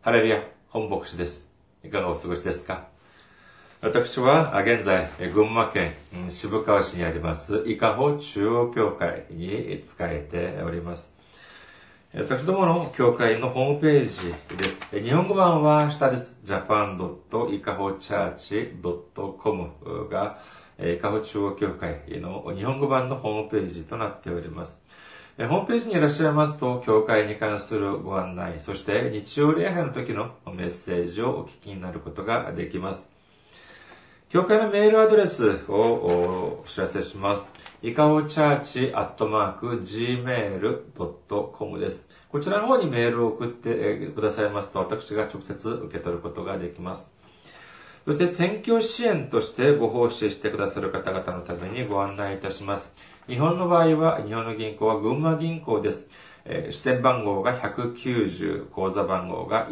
ハレルヤ、本牧師です。いかがお過ごしですか？私は現在、群馬県渋川市にあります、伊香保中央教会に仕えております。私どもの教会のホームページです。日本語版は下です。japan.ikahochurch.com が、伊香保中央教会の日本語版のホームページとなっております。ホームページにいらっしゃいますと、教会に関するご案内、そして日曜礼拝の時のメッセージをお聞きになることができます。教会のメールアドレスをお知らせします。ikahochurch@gmail.com です。こちらの方にメールを送ってくださいますと、私が直接受け取ることができます。そして宣教支援としてご奉仕してくださる方々のためにご案内いたします。日本の場合は、日本の銀行は群馬銀行です。支店番号が190、口座番号が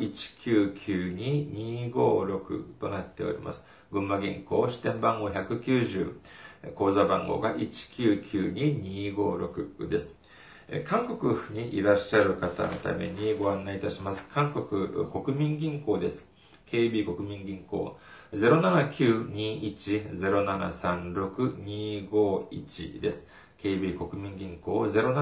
1992256となっております。群馬銀行支店番号190、口座番号が1992256です。韓国にいらっしゃる方のためにご案内いたします。韓国国民銀行です。KB 国民銀行 079-21-0736-251 です。KB 国民銀行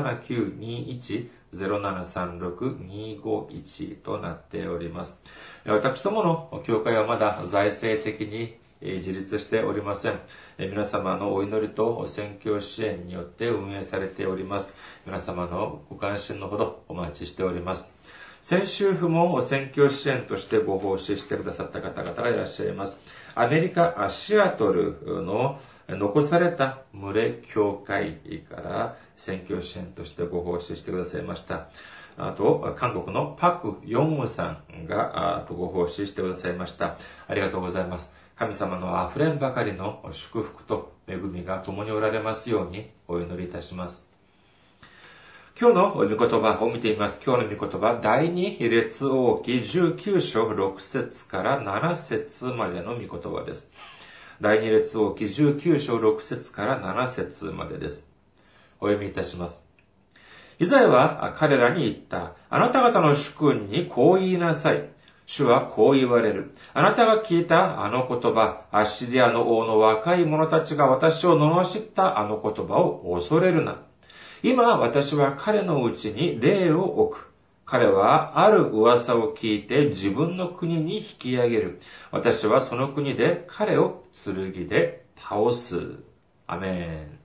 079-21-0736-251 となっております。私どもの教会はまだ財政的に自立しておりません。皆様のお祈りと宣教支援によって運営されております。皆様のご関心のほどお待ちしております。先週府も宣教支援としてご奉仕してくださった方々がいらっしゃいます。アメリカ・シアトルの残された群れ教会から宣教支援としてご奉仕してくださいました。あと、韓国のパク・ヨンウさんがご奉仕してくださいました。ありがとうございます。神様のあふれんばかりの祝福と恵みが共におられますようにお祈りいたします。今日の御言葉を見ています。今日の御言葉、第二列王記19章6節から7節までの御言葉です。第二列王記19章6節から7節までです。お読みいたします。イザヤは彼らに言った。あなた方の主君にこう言いなさい。主はこう言われる。あなたが聞いたあの言葉、アッシリアの王の若い者たちが私を罵ったあの言葉を恐れるな。今私は彼のうちに霊を置く。彼はある噂を聞いて自分の国に引き上げる。私はその国で彼を剣で倒す。アメン。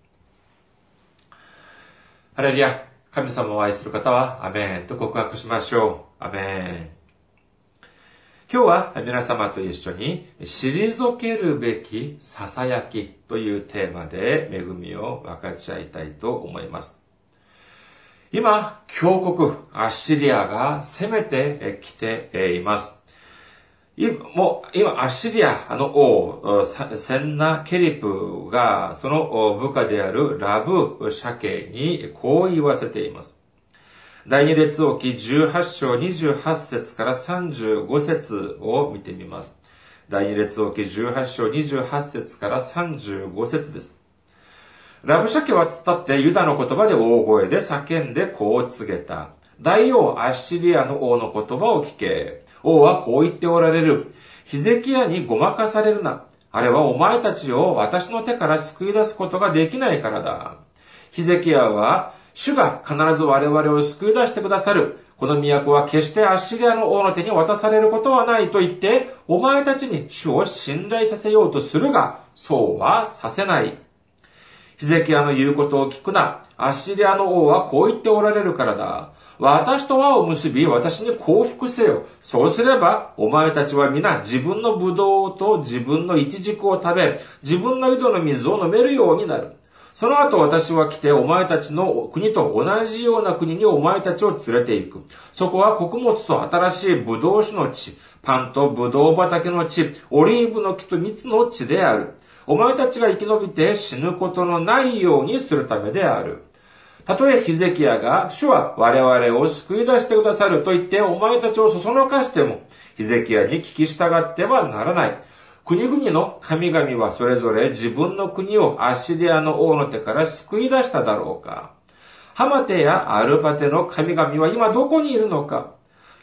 ハレルヤ。神様を愛する方はアメンと告白しましょう。アメン。今日は皆様と一緒に退けるべき囁きというテーマで恵みを分かち合いたいと思います。今、強国アッシリアが攻めてきています。今、アッシリアの王、センナケリプが、その部下であるラブシャケにこう言わせています。第二列王記18章28節から35節を見てみます。第二列王記18章28節から35節です。ラブシャケは突っ立ってユダの言葉で大声で叫んでこう告げた。大王アッシリアの王の言葉を聞け。王はこう言っておられる。ヒゼキヤにごまかされるな。あれはお前たちを私の手から救い出すことができないからだ。ヒゼキヤは主が必ず我々を救い出してくださる。この都は決してアッシリアの王の手に渡されることはないと言って、お前たちに主を信頼させようとするが、そうはさせない。ヒゼキヤの言うことを聞くな。アッシリアの王はこう言っておられるからだ。私と輪を結び、私に降伏せよ。そうすれば、お前たちは皆自分のブドウと自分のイチジクを食べ、自分の井戸の水を飲めるようになる。その後私は来て、お前たちの国と同じような国にお前たちを連れて行く。そこは穀物と新しいブドウ酒の地、パンとブドウ畑の地、オリーブの木と蜜の地である。お前たちが生き延びて死ぬことのないようにするためである。たとえヒゼキヤが、主は我々を救い出してくださると言ってお前たちをそそのかしても、ヒゼキヤに聞き従ってはならない。国々の神々はそれぞれ自分の国をアッシリアの王の手から救い出しただろうか。ハマテやアルパテの神々は今どこにいるのか。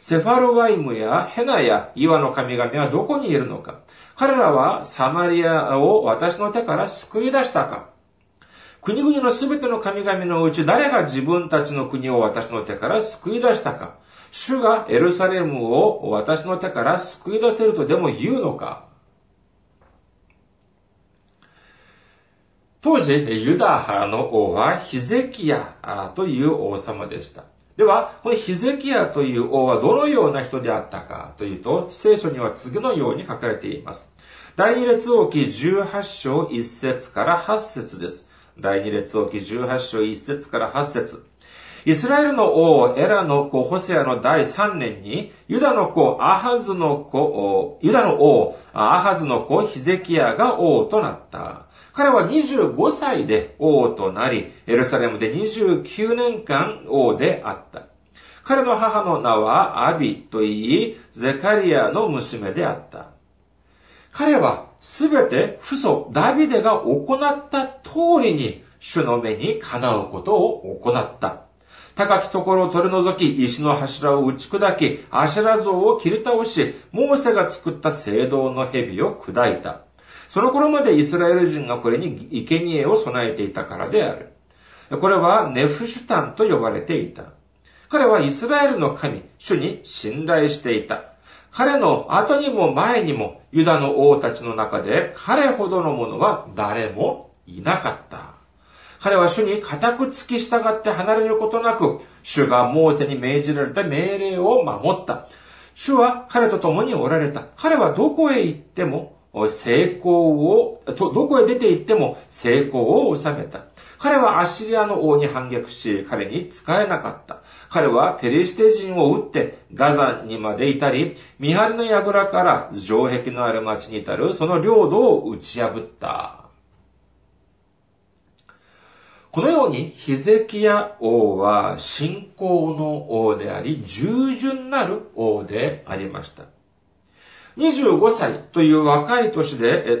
セファルワイムやヘナや岩の神々はどこにいるのか。彼らはサマリアを私の手から救い出したか。国々のすべての神々のうち誰が自分たちの国を私の手から救い出したか。主がエルサレムを私の手から救い出せるとでも言うのか。当時、ユダの王はヒゼキヤという王様でした。では、このヒゼキヤという王はどのような人であったかというと、聖書には次のように書かれています。第二列王記18章1節から8節です。第二列王記18章1節から8節。イスラエルの王エラの子ホセアの第3年に、ユダの王アハズの子ヒゼキヤが王となった。彼は25歳で王となり、エルサレムで29年間王であった。彼の母の名はアビといい、ゼカリアの娘であった。彼はすべて父祖ダビデが行った通りに主の目にかなうことを行った。高きところを取り除き、石の柱を打ち砕き、アシェラ像を切り倒し、モーセが作った聖堂の蛇を砕いた。その頃までイスラエル人がこれに生贄を備えていたからである。これはネフシュタンと呼ばれていた。彼はイスラエルの神、主に信頼していた。彼の後にも前にもユダの王たちの中で彼ほどの者は誰もいなかった。彼は主に固く付き従って離れることなく、主がモーセに命じられた命令を守った。主は彼と共におられた。彼はどこへ行ってもどこへ出て行っても成功を収めた。彼はアッシリアの王に反逆し、彼に仕えなかった。彼はペリシテ人を撃ってガザにまで至り、見張りの櫓から城壁のある町に至るその領土を打ち破った。このようにヒゼキヤ王は信仰の王であり、従順なる王でありました。25歳という若い年で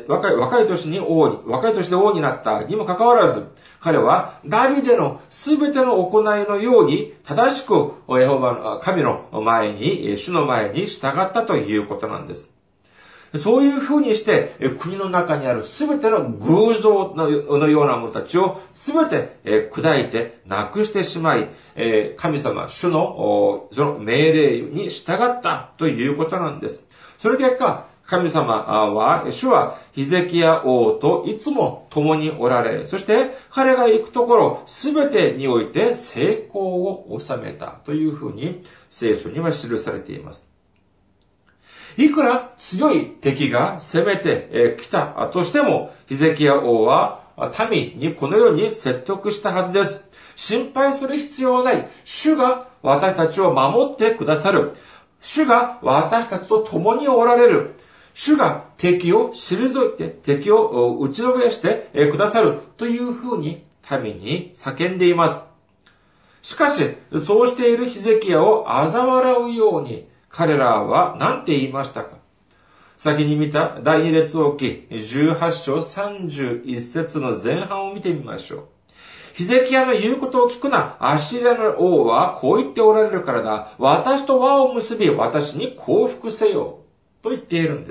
王になったにもかかわらず、彼はダビデのすべての行いのように正しくエホバの神の前に、主の前に従ったということなんです。そういうふうにして国の中にあるすべての偶像のようなものたちをすべて砕いてなくしてしまい、神様、主のその命令に従ったということなんです。その結果、神様は、主はヒゼキヤ王といつも共におられ、そして彼が行くところすべてにおいて成功を収めたというふうに聖書には記されています。いくら強い敵が攻めてきたとしても、ヒゼキヤ王は民にこのように説得したはずです。心配する必要はない。主が私たちを守ってくださる。主が私たちと共におられる。主が敵を退いて、敵を打ちのめしてくださるというふうに民に叫んでいます。しかし、そうしているヒゼキヤを嘲笑うように、彼らは何て言いましたか。先に見た第二列王記18章31節の前半を見てみましょう。ヒゼキヤの言うことを聞くな。アッシリアの王はこう言っておられるからだ。私と輪を結び、私に降伏せよ。と言っているんです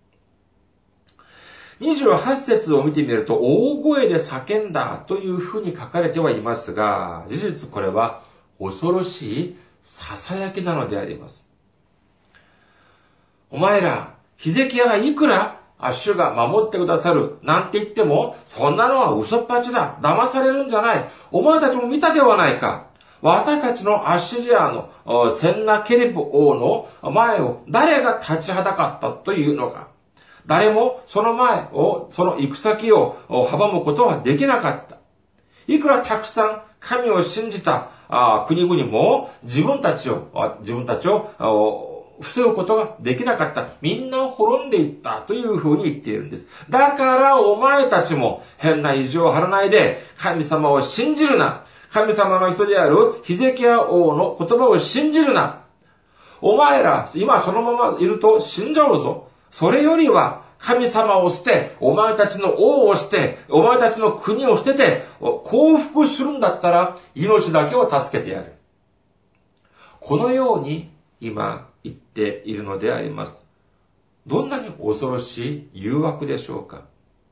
。28節を見てみると、大声で叫んだというふうに書かれてはいますが、事実これは恐ろしい囁きなのであります。お前ら、ヒゼキヤがいくら主が守ってくださるなんて言っても、そんなのは嘘っぱちだ。騙されるんじゃない。お前たちも見たではないか。私たちのアッシリアのセンナケリブ王の前を誰が立ちはだかったというのか。誰もその行く先を阻むことはできなかった。いくらたくさん神を信じた国々も自分たちを防ぐことができなかった。みんな滅んでいったというふうに言っているんです。だからお前たちも変な意地を張らないで神様を信じるな。神様の人であるヒゼキヤ王の言葉を信じるな。お前ら今そのままいると死んじゃうぞ。それよりは神様を捨て、お前たちの王を捨て、お前たちの国を捨てて降伏するんだったら命だけを助けてやる。このように今言っているのであります。どんなに恐ろしい誘惑でしょうか。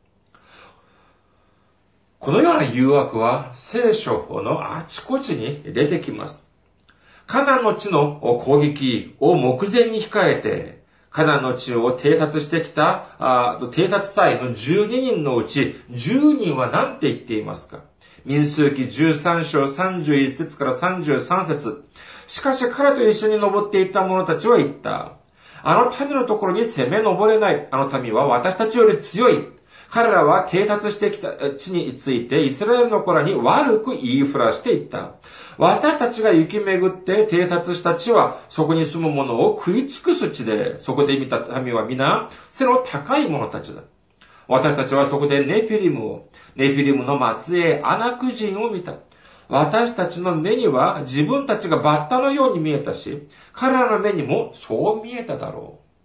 このような誘惑は聖書のあちこちに出てきます。カナンの地の攻撃を目前に控えて、カナンの地を偵察してきた、偵察隊の12人のうち10人は何て言っていますか。民数記13章31節から33節。しかし彼と一緒に登っていった者たちは言った。あの民のところに攻め登れない。あの民は私たちより強い。彼らは偵察してきた地についてイスラエルの子らに悪く言いふらしていった。私たちが行き巡って偵察した地はそこに住む者を食い尽くす地で、そこで見た民は皆背の高い者たちだ。私たちはそこでネフィリムの末裔アナク人を見た。私たちの目には自分たちがバッタのように見えたし、彼らの目にもそう見えただろう。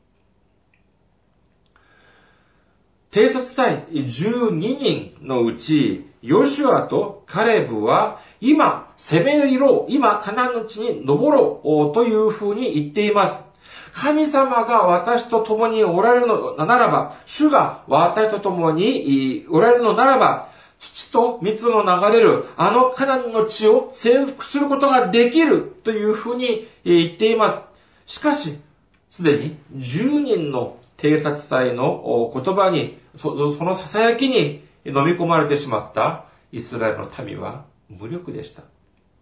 偵察隊12人のうち、ヨシュアとカレブは、今、攻め入ろう、今、カナンの地に登ろう、というふうに言っています。神様が私と共におられるのならば、主が私と共におられるのならば、父と蜜の流れるあのカナンの地を征服することができるというふうに言っています。しかし、すでに10人の偵察隊の言葉に、その囁きに飲み込まれてしまったイスラエルの民は無力でした。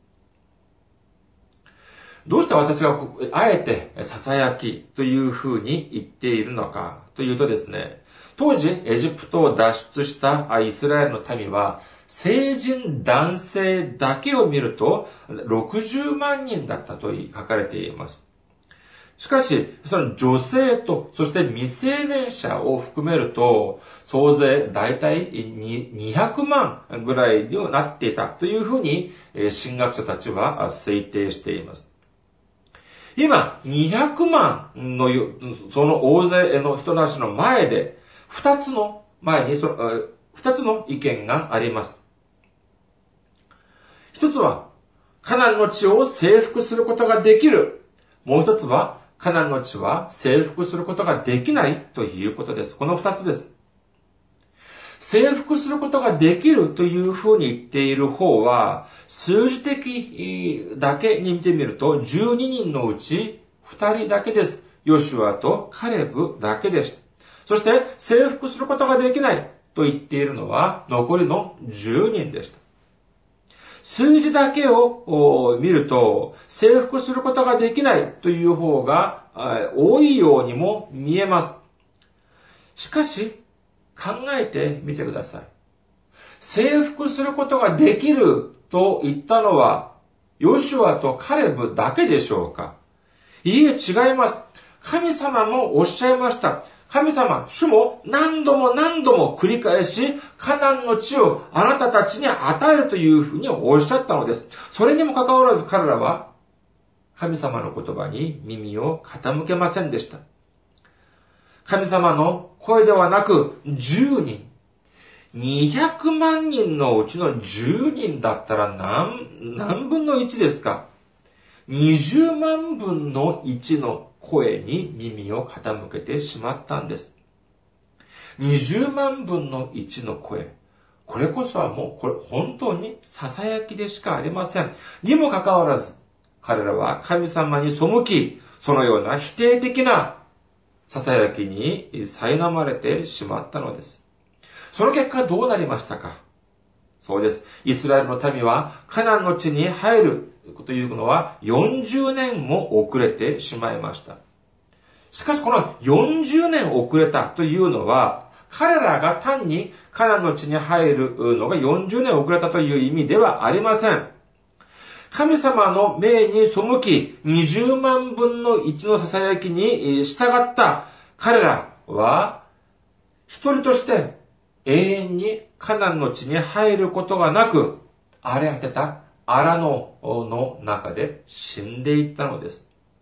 どうして私があえて囁きというふうに言っているのかというとですね、当時エジプトを脱出したイスラエルの民は成人男性だけを見ると60万人だったと書かれています。しかし、その女性と、そして未成年者を含めると、総勢大体200万ぐらいになっていたというふうに、神学者たちは推定しています。今、200万の、その大勢の人たちの前で、2つの意見があります。一つは、カナンの地を征服することができる。もう一つは、カナンの地は征服することができないということです。この二つです。征服することができるというふうに言っている方は、数字的だけに見てみると、12人のうち2人だけです。ヨシュアとカレブだけでした。そして、征服することができないと言っているのは、残りの10人でした。数字だけを見ると、征服することができないという方が多いようにも見えます。しかし、考えてみてください。征服することができると言ったのは、ヨシュアとカレブだけでしょうか？いいえ、違います。神様もおっしゃいました。神様、主も何度も繰り返し、カナンの地をあなたたちに与えるというふうにおっしゃったのです。それにもかかわらず彼らは、神様の言葉に耳を傾けませんでした。神様の声ではなく、10人。200万人のうちの10人だったら何分の1ですか？ 20 万分の1の声に耳を傾けてしまったんです。20万分の1の声。これこそはもう本当に囁きでしかありません。にもかかわらず、彼らは神様に背き、そのような否定的な囁きに苛まれてしまったのです。その結果どうなりましたか？そうです。イスラエルの民はカナンの地に入るというのは40年も遅れてしまいました。しかしこの40年遅れたというのは、彼らが単にカナンの地に入るのが40年遅れたという意味ではありません。神様の命に背き、20万分の1の囁きに従った彼らは、一人として永遠にカナンの地に入ることがなく、荒れ果てた荒野の中で死んでいったのです。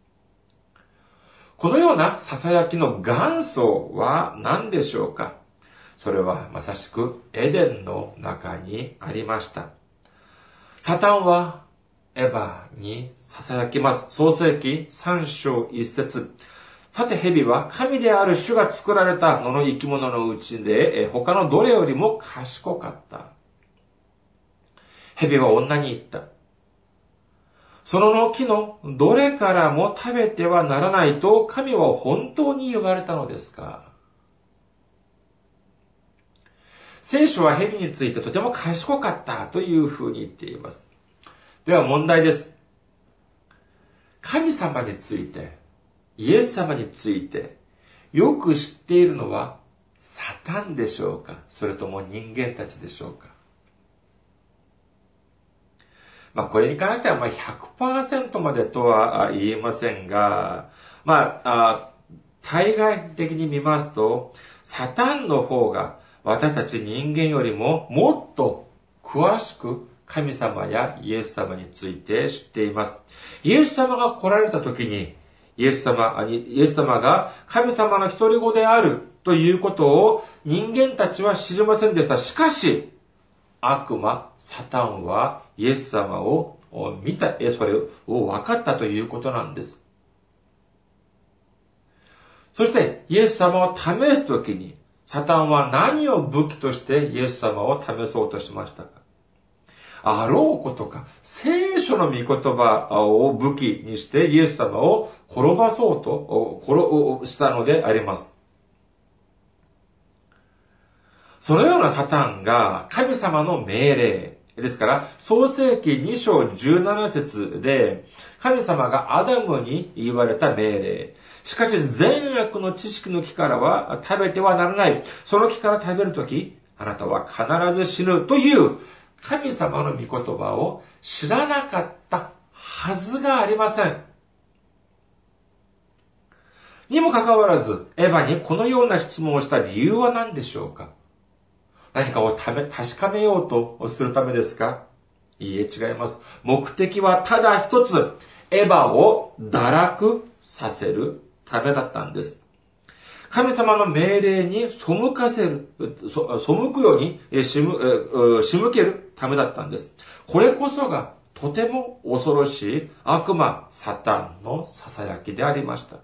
このような囁きの元祖は何でしょうか？それはまさしくエデンの中にありました。サタンはエヴァに囁きます。創世記3章1節。さて蛇は神である主が作られた野の生き物のうちで他のどれよりも賢かった。蛇は女に言った。その木のどれからも食べてはならないと神は本当に言われたのですか？聖書は蛇についてとても賢かったというふうに言っています。では問題です。神様について、イエス様について、よく知っているのはサタンでしょうか？それとも人間たちでしょうか？これに関しては100% までとは言えませんが、対外的に見ますと、サタンの方が私たち人間よりももっと詳しく神様やイエス様について知っています。イエス様が来られた時に、イエス様が神様の独り子であるということを人間たちは知りませんでした。しかし、悪魔、サタンはイエス様を見た、それを分かったということなんです。そして、イエス様を試すときに、サタンは何を武器としてイエス様を試そうとしましたか？あろうことか、聖書の御言葉を武器にしてイエス様を滅ばそうとしたのであります。そのようなサタンが神様の命令ですから、創世記2章17節で神様がアダムに言われた命令。しかし善悪の知識の木からは食べてはならない。その木から食べるとき、あなたは必ず死ぬという神様の御言葉を知らなかったはずがありません。にもかかわらず、エヴァにこのような質問をした理由は何でしょうか？何かを確かめようとするためですか？いいえ、違います。目的はただ一つ、エヴァを堕落させるためだったんです。神様の命令に背くように仕向けるためだったんです。これこそがとても恐ろしい悪魔、サタンの囁きでありました。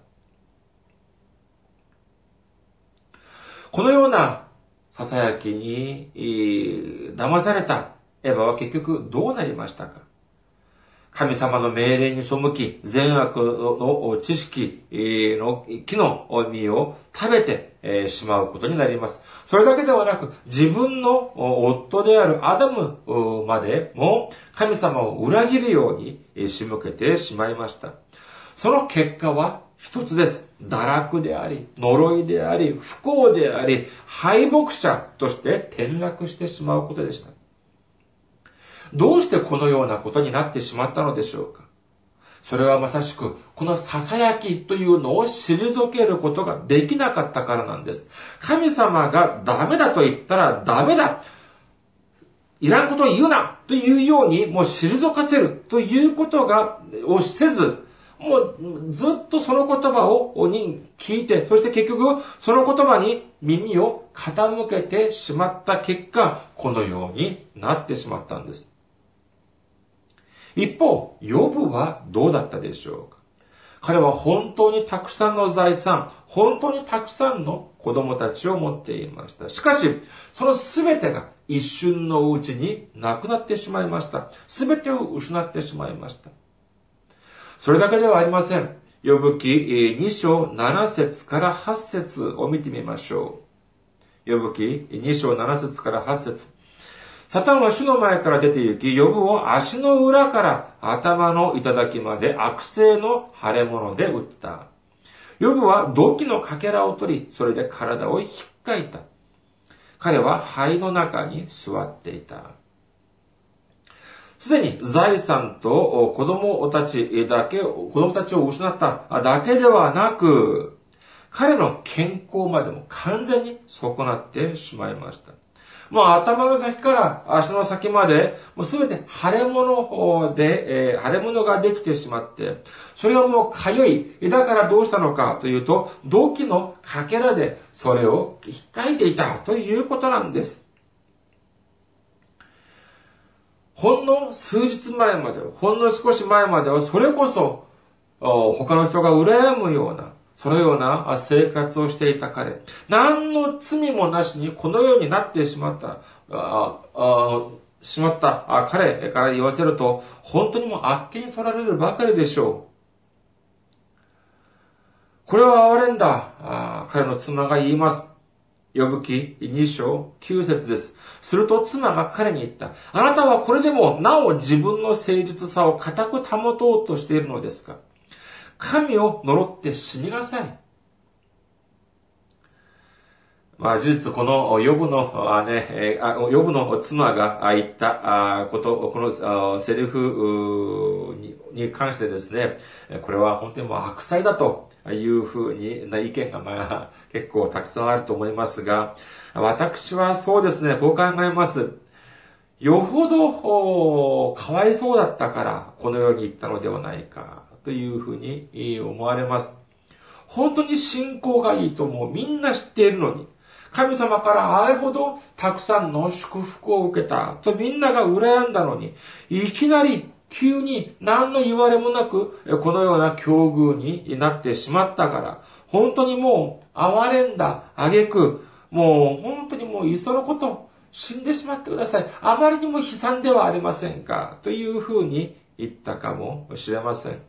このような囁きに騙されたエヴァは結局どうなりましたか？神様の命令に背き、善悪の知識の木の実を食べてしまうことになります。それだけではなく、自分の夫であるアダムまでも神様を裏切るように仕向けてしまいました。その結果は一つです。堕落であり、呪いであり、不幸であり、敗北者として転落してしまうことでした。どうしてこのようなことになってしまったのでしょうか？それはまさしく、この囁きというのを退けることができなかったからなんです。神様がダメだと言ったらダメだ。いらんことを言うなというように、もう退かせるということをせず、もうずっとその言葉を聞いて、そして結局その言葉に耳を傾けてしまった結果、このようになってしまったんです。一方、ヨブはどうだったでしょうか？彼は本当にたくさんの財産、本当にたくさんの子供たちを持っていました。しかし、その全てが一瞬のうちになくなってしまいました。全てを失ってしまいました。それだけではありません。ヨブ記2章7節から8節を見てみましょう。ヨブ記2章7節から8節。サタンは主の前から出て行き、ヨブを足の裏から頭の頂まで悪性の腫れ物で打った。ヨブは土器のかけらを取り、それで体をひっかいた。彼は灰の中に座っていた。すでに財産と子供たちを失っただけではなく、彼の健康までも完全に損なってしまいました。もう頭の先から足の先まで、もうすべて腫れ物ができてしまって、それはもう痒い。だからどうしたのかというと、土器のかけらでそれを引っかいていたということなんです。 ほんの数日前までは、ほんの少し前までは、それこそ、他の人が羨むような、そのような生活をしていた彼。何の罪もなしにこのようになってしまった、彼から言わせると、本当にもうあっけに取られるばかりでしょう。これは哀れんだ。彼の妻が言います。ヨブ記2章9節です。すると妻が彼に言った。あなたはこれでもなお自分の誠実さを固く保とうとしているのですか？神を呪って死になさい。事実、このヨブの妻が言ったこと、このセリフに関してですね、これは本当にもう悪妻だというふうな意見が結構たくさんあると思いますが、私はそうですね、こう考えます。よほどかわいそうだったからこのように言ったのではないかというふうに思われます。本当に信仰がいいともうみんな知っているのに、神様からあれほどたくさんの祝福を受けたとみんなが羨んだのに、いきなり急に何の言われもなくこのような境遇になってしまったから、本当にもう哀れんだ挙句、もう本当にもういっそのこと死んでしまってください。あまりにも悲惨ではありませんかというふうに言ったかもしれません。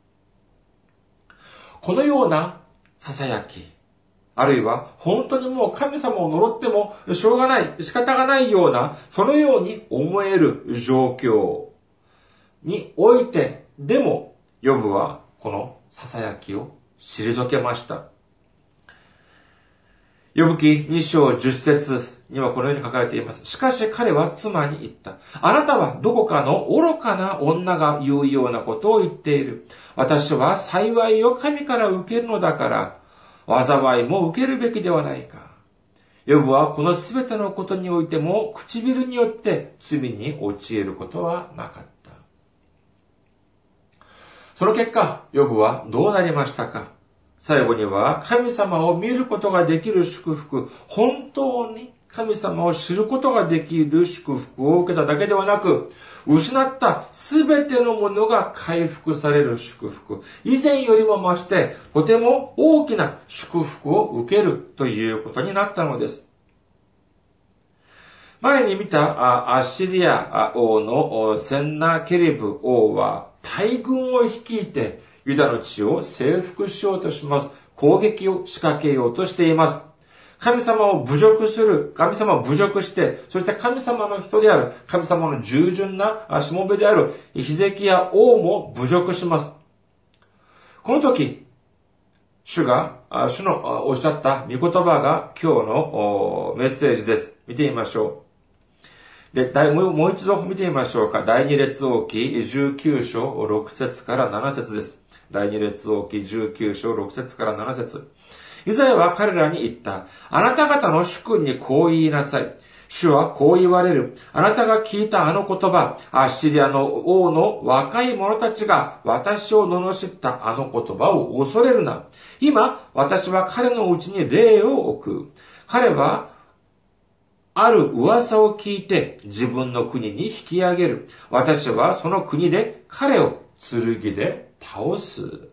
このような囁き、あるいは本当にもう神様を呪ってもしょうがない、仕方がないような、そのように思える状況において、でも、ヨブはこの囁きを退けました。ヨブ記2章10節にはこのように書かれています。しかし彼は妻に言った。あなたはどこかの愚かな女が言うようなことを言っている。私は幸いを神から受けるのだから、災いも受けるべきではないか。ヨブはこのすべてのことにおいても唇によって罪に陥ることはなかった。その結果、ヨブはどうなりましたか？最後には神様を見ることができる祝福、本当に神様を知ることができる祝福を受けただけではなく、失ったすべてのものが回復される祝福、以前よりも増してとても大きな祝福を受けるということになったのです。前に見たアッシリア王のセンナケリブ王は大軍を率いてユダの地を征服しようとします。攻撃を仕掛けようとしています。神様を侮辱する、神様を侮辱して、そして神様の人である、神様の従順なしもべであるヒゼキヤ王も侮辱します。この時、主のおっしゃった御言葉が今日のメッセージです。見てみましょう。で、もう一度見てみましょうか。第二列王記19章6節から7節です。第二列王記19章6節から7節。イザヤは彼らに言った。あなた方の主君にこう言いなさい。主はこう言われる。あなたが聞いたあの言葉、アッシリアの王の若い者たちが私を罵ったあの言葉を恐れるな。今、私は彼のうちに霊を置く。彼は、ある噂を聞いて自分の国に引き上げる。私はその国で彼を剣で倒す。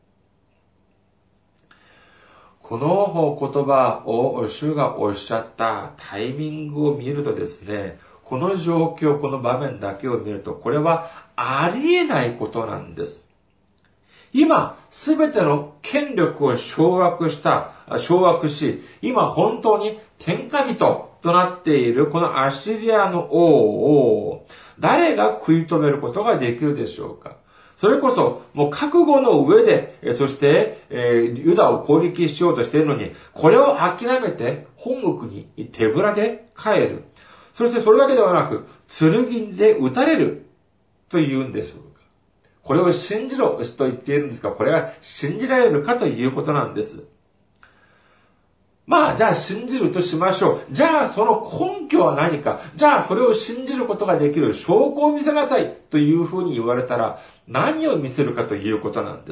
この言葉を主がおっしゃったタイミングを見るとですね、この状況、この場面だけを見ると、これはありえないことなんです。今、すべての権力を掌握し、今本当に天下人となっているこのアッシリアの王を誰が食い止めることができるでしょうか？それこそ、もう覚悟の上で、そして、ユダを攻撃しようとしているのに、これを諦めて本国に手ぶらで帰る。そしてそれだけではなく、剣で撃たれるというんでしょうか。これを信じろと言っているんですが、これが信じられるかということなんです。じゃあ信じるとしましょう。じゃあその根拠は何か。じゃあそれを信じることができる証拠を見せなさいというふうに言われたら、何を見せるかということなんです。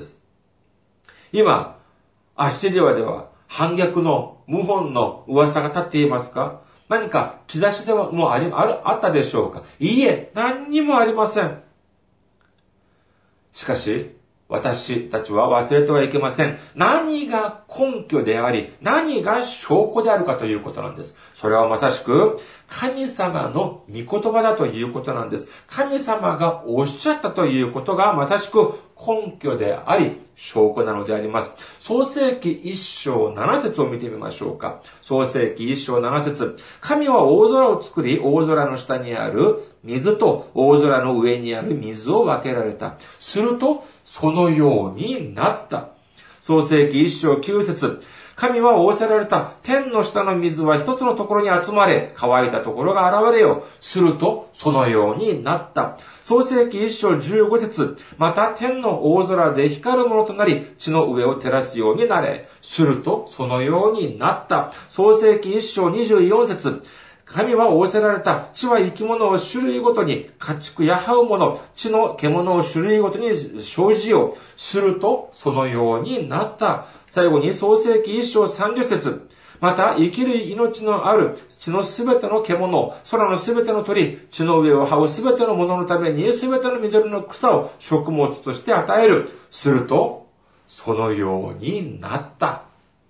今、アッシリアでは反逆の謀反の噂が立っていますか？ 何か兆しでもあったでしょうか？いいえ、何にもありません。しかし、私たちは忘れてはいけません。何が根拠であり、何が証拠であるかということなんです。それはまさしく、神様の御言葉だということなんです。神様がおっしゃったということがまさしく根拠であり、証拠なのであります。創世記1章7節を見てみましょうか。創世記1章7節。神は大空を作り、大空の下にある水と大空の上にある水を分けられた。すると、そのようになった。創世記1章9節。神は仰せられた。天の下の水は一つのところに集まれ。乾いたところが現れよ。すると、そのようになった。創世記1章15節。また天の大空で光るものとなり、地の上を照らすようになれ。すると、そのようになった。創世記1章24節。神は仰せられた。地は生き物を種類ごとに、家畜や這うもの、地の獣を種類ごとに生じよう。すると、そのようになった。最後に創世記1章30節。また、生きる命のある地のすべての獣、空のすべての鳥、地の上を這うすべてのもののために、すべての緑の草を食物として与える。すると、そのようになった。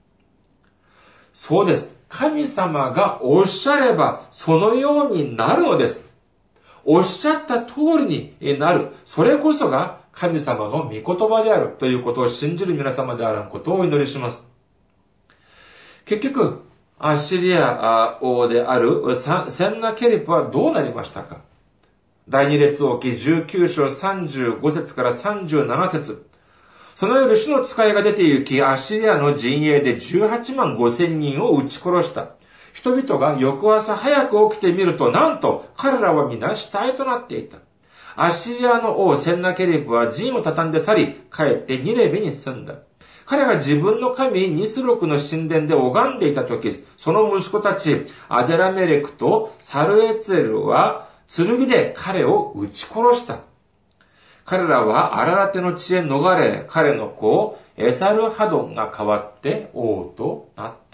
そうです。神様がおっしゃれば、そのようになるのです。おっしゃった通りになる。それこそが神様の御言葉であるということを信じる皆様であることをお祈りします。結局、アッシリア王であるセンナケリプはどうなりましたか？第二列王記19章35節から37節。その夜、主の使いが出て行き、アッシリアの陣営で18万5千人を撃ち殺した。人々が翌朝早く起きてみると、なんと彼らは皆死体となっていた。アッシリアの王センナケリプは陣を畳んで去り、帰ってニネベに住んだ。彼が自分の神ニスロクの神殿で拝んでいたとき、その息子たち、アデラメレクとサルエツェルは剣で彼を撃ち殺した。彼らはアララテの地へ逃れ、彼の子、エサルハドンが代わって王となった。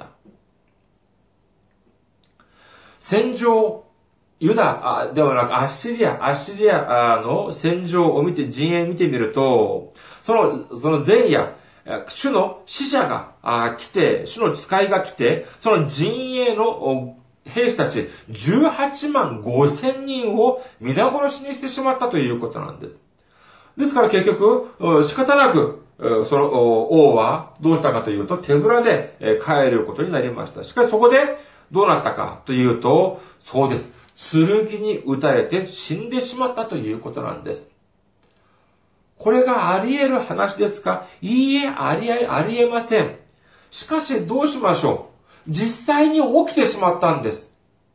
戦場、ユダではなくアッシリアの戦場を見て、陣営見てみると、その前夜、主の使者が来て、主の使いが来て、その陣営の兵士たち18万5千人を皆殺しにしてしまったということなんです。ですから結局、仕方なく、その王はどうしたかというと、手ぶらで帰ることになりました。しかしそこでどうなったかというと、そうです。剣に撃たれて死んでしまったということなんです。これがあり得る話ですか？いいえ、ありえません。しかしどうしましょう？実際に起きてしまったんです。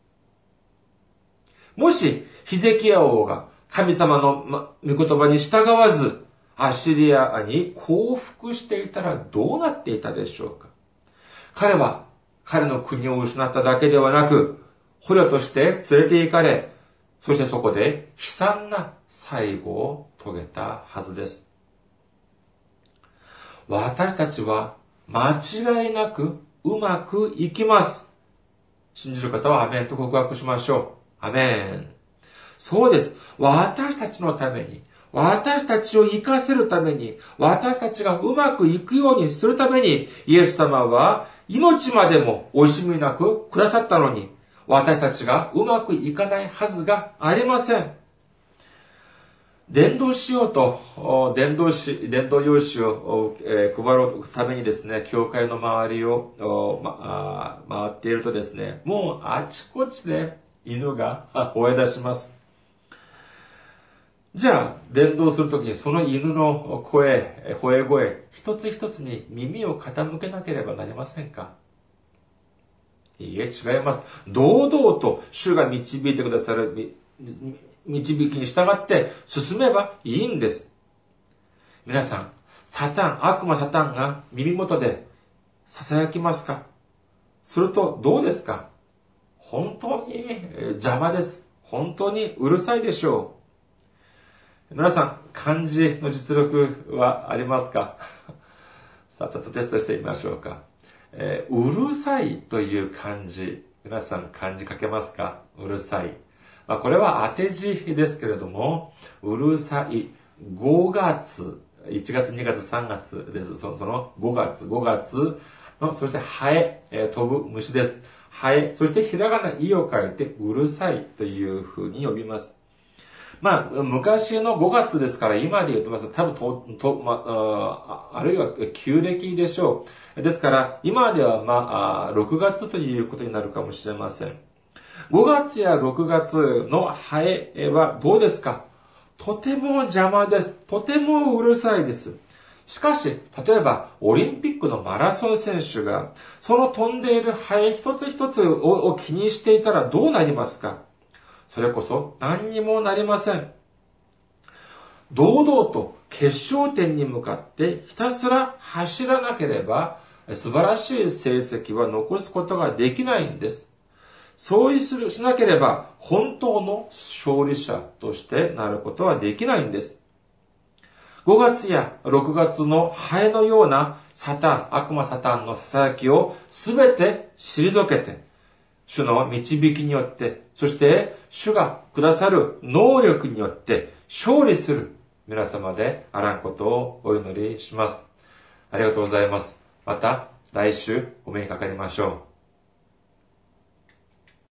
もし、ヒゼキヤ王が神様の御言葉に従わず、アッシリアに降伏していたらどうなっていたでしょうか？彼は彼の国を失っただけではなく、捕虜として連れて行かれ、そしてそこで悲惨な最後を遂げたはずです。私たちは間違いなくうまくいきます。信じる方はアメンと告白しましょう。アメン。そうです。私たちのために、私たちを生かせるために、私たちがうまくいくようにするために、イエス様は命までも惜しみなくくださったのに、私たちがうまくいかないはずがありません。伝道しようと、伝道用紙を配るためにですね、教会の周りを回っているとですね、もうあちこちで犬が吠え出します。じゃあ、伝道するときにその犬の声、吠え声、一つ一つに耳を傾けなければなりませんか？いいえ、違います。堂々と主が導いてくださる導きに従って進めばいいんです。皆さん、悪魔サタンが耳元で囁きますか？するとどうですか？本当に邪魔です。本当にうるさいでしょう。皆さん、漢字の実力はありますか？さあ、ちょっとテストしてみましょうか。うるさいという漢字。 皆さん漢字書けますか？うるさい。これは当て字ですけれども、うるさい。5月、1月、2月、3月です。その5月の、そしてハエ、飛ぶ虫です。ハエ、そしてひらがな、いを書いて、うるさいというふうに呼びます。昔の5月ですから、今で言うと、多分あるいは旧暦でしょう。ですから、今では6月ということになるかもしれません。5月や6月のハエはどうですか？とても邪魔です。とてもうるさいです。しかし、例えば、オリンピックのマラソン選手が、その飛んでいるハエ一つ一つを気にしていたらどうなりますか？それこそ何にもなりません。堂々と決勝点に向かってひたすら走らなければ素晴らしい成績は残すことができないんです。そうしなければ本当の勝利者としてなることはできないんです。5月や6月のハエのような悪魔サタンの囁きをすべて退けて、主の導きによって、そして主がくださる能力によって勝利する皆様であらんことをお祈りします。ありがとうございます。また来週お目にかかりましょう。